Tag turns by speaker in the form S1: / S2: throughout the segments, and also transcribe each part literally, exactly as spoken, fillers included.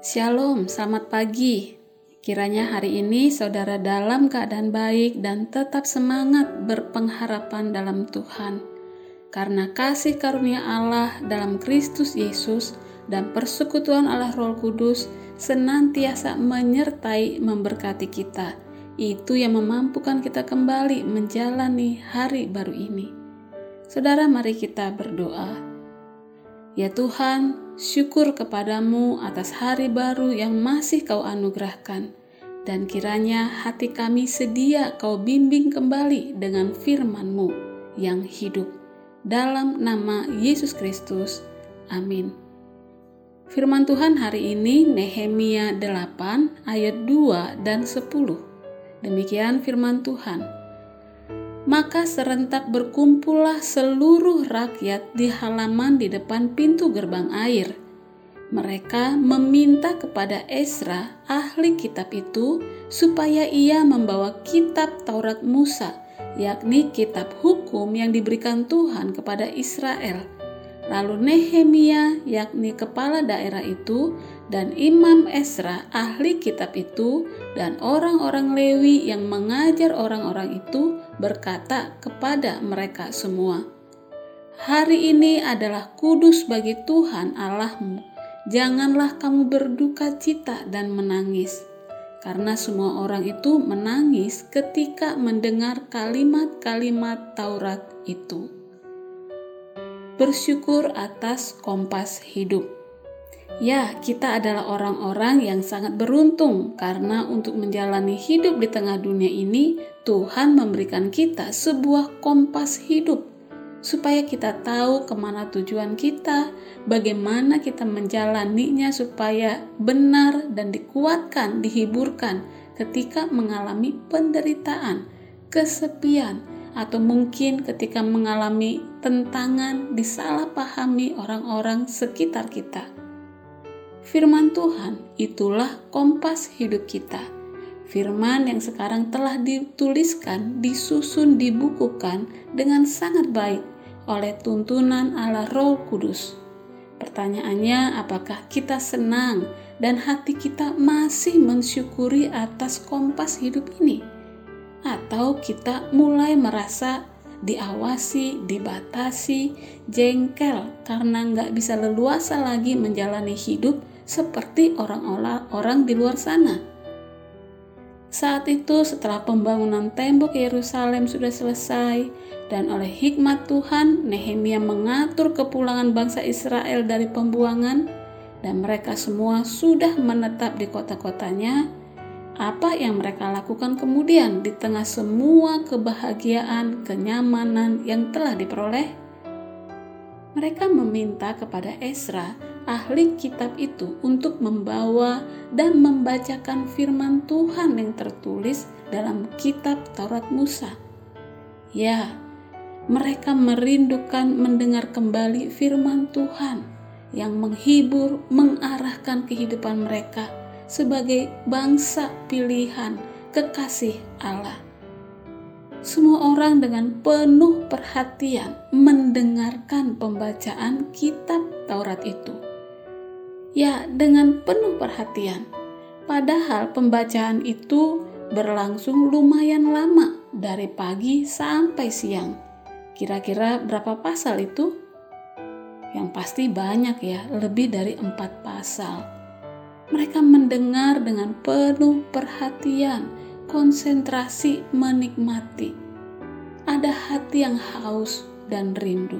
S1: Shalom, selamat pagi. Kiranya hari ini saudara dalam keadaan baik dan tetap semangat berpengharapan dalam Tuhan. Karena kasih karunia Allah dalam Kristus Yesus dan persekutuan Allah Roh Kudus senantiasa menyertai memberkati kita. Itu yang memampukan kita kembali menjalani hari baru ini. Saudara, mari kita berdoa. Ya Tuhan, syukur kepadamu atas hari baru yang masih Kau anugerahkan. Dan kiranya hati kami sedia Kau bimbing kembali dengan firman-Mu yang hidup. Dalam nama Yesus Kristus. Amin. Firman Tuhan hari ini Nehemia delapan ayat dua dan sepuluh. Demikian firman Tuhan. Maka serentak berkumpullah seluruh rakyat di halaman di depan pintu gerbang air. Mereka meminta kepada Ezra, ahli kitab itu, supaya ia membawa kitab Taurat Musa, yakni kitab hukum yang diberikan Tuhan kepada Israel. Lalu Nehemia, yakni kepala daerah itu, dan Imam Ezra, ahli kitab itu, dan orang-orang Lewi yang mengajar orang-orang itu, berkata kepada mereka semua, "Hari ini adalah kudus bagi Tuhan Allahmu. Janganlah kamu berduka cita dan menangis." Karena semua orang itu menangis ketika mendengar kalimat-kalimat Taurat itu. Bersyukur atas kompas hidup. Ya, kita adalah orang-orang yang sangat beruntung karena untuk menjalani hidup di tengah dunia ini, Tuhan memberikan kita sebuah kompas hidup supaya kita tahu kemana tujuan kita, bagaimana kita menjalaninya supaya benar dan dikuatkan, dihiburkan ketika mengalami penderitaan, kesepian, atau mungkin ketika mengalami tentangan disalahpahami orang-orang sekitar kita. Firman Tuhan itulah kompas hidup kita. Firman yang sekarang telah dituliskan, disusun, dibukukan dengan sangat baik oleh tuntunan Allah Roh Kudus. Pertanyaannya, apakah kita senang dan hati kita masih mensyukuri atas kompas hidup ini? Atau kita mulai merasa diawasi, dibatasi, jengkel karena nggak bisa leluasa lagi menjalani hidup seperti orang-orang di luar sana. Saat itu setelah pembangunan tembok Yerusalem sudah selesai dan oleh hikmat Tuhan, Nehemia mengatur kepulangan bangsa Israel dari pembuangan dan mereka semua sudah menetap di kota-kotanya. Apa yang mereka lakukan kemudian di tengah semua kebahagiaan, kenyamanan yang telah diperoleh? Mereka meminta kepada Ezra, ahli kitab itu, untuk membawa dan membacakan firman Tuhan yang tertulis dalam kitab Taurat Musa. Ya, mereka merindukan mendengar kembali firman Tuhan yang menghibur, mengarahkan kehidupan mereka sebagai bangsa pilihan kekasih Allah. Semua orang dengan penuh perhatian mendengarkan pembacaan kitab Taurat itu. Ya, dengan penuh perhatian. Padahal pembacaan itu berlangsung lumayan lama, dari pagi sampai siang. Kira-kira berapa pasal itu? Yang pasti banyak ya, lebih dari empat pasal. Mereka mendengar dengan penuh perhatian, konsentrasi, menikmati. Ada hati yang haus dan rindu.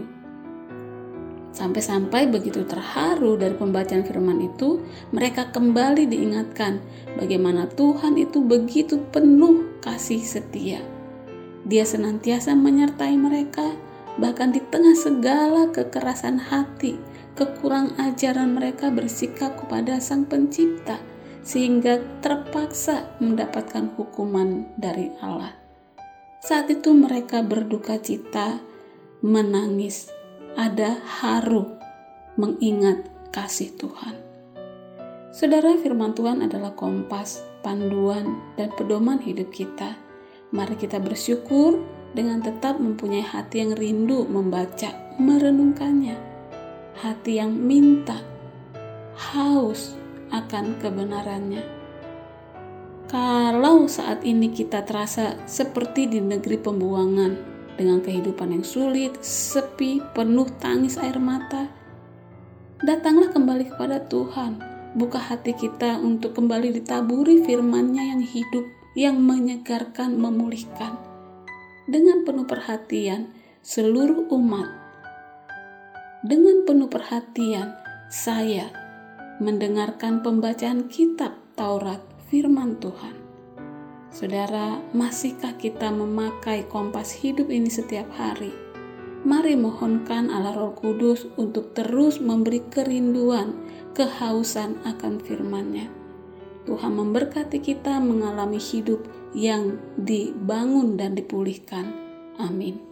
S1: Sampai-sampai begitu terharu dari pembacaan firman itu, mereka kembali diingatkan bagaimana Tuhan itu begitu penuh kasih setia. Dia senantiasa menyertai mereka, bahkan di tengah segala kekerasan hati, kekurang ajaran mereka bersikap kepada Sang Pencipta sehingga terpaksa mendapatkan hukuman dari Allah. Saat itu mereka berduka cita, menangis, ada haru mengingat kasih Tuhan. Saudara, firman Tuhan adalah kompas, panduan, dan pedoman hidup kita. Mari kita bersyukur dengan tetap mempunyai hati yang rindu membaca, merenungkannya. Hati yang minta, haus akan kebenarannya. Kalau saat ini kita terasa seperti di negeri pembuangan, dengan kehidupan yang sulit, sepi, penuh tangis air mata, datanglah kembali kepada Tuhan. Buka hati kita untuk kembali ditaburi firman-Nya yang hidup, yang menyegarkan, memulihkan. Dengan penuh perhatian, seluruh umat, dengan penuh perhatian, saya mendengarkan pembacaan kitab Taurat, firman Tuhan. Saudara, masihkah kita memakai kompas hidup ini setiap hari? Mari mohonkan Allah Roh Kudus untuk terus memberi kerinduan, kehausan akan firman-Nya. Tuhan memberkati kita mengalami hidup yang dibangun dan dipulihkan. Amin.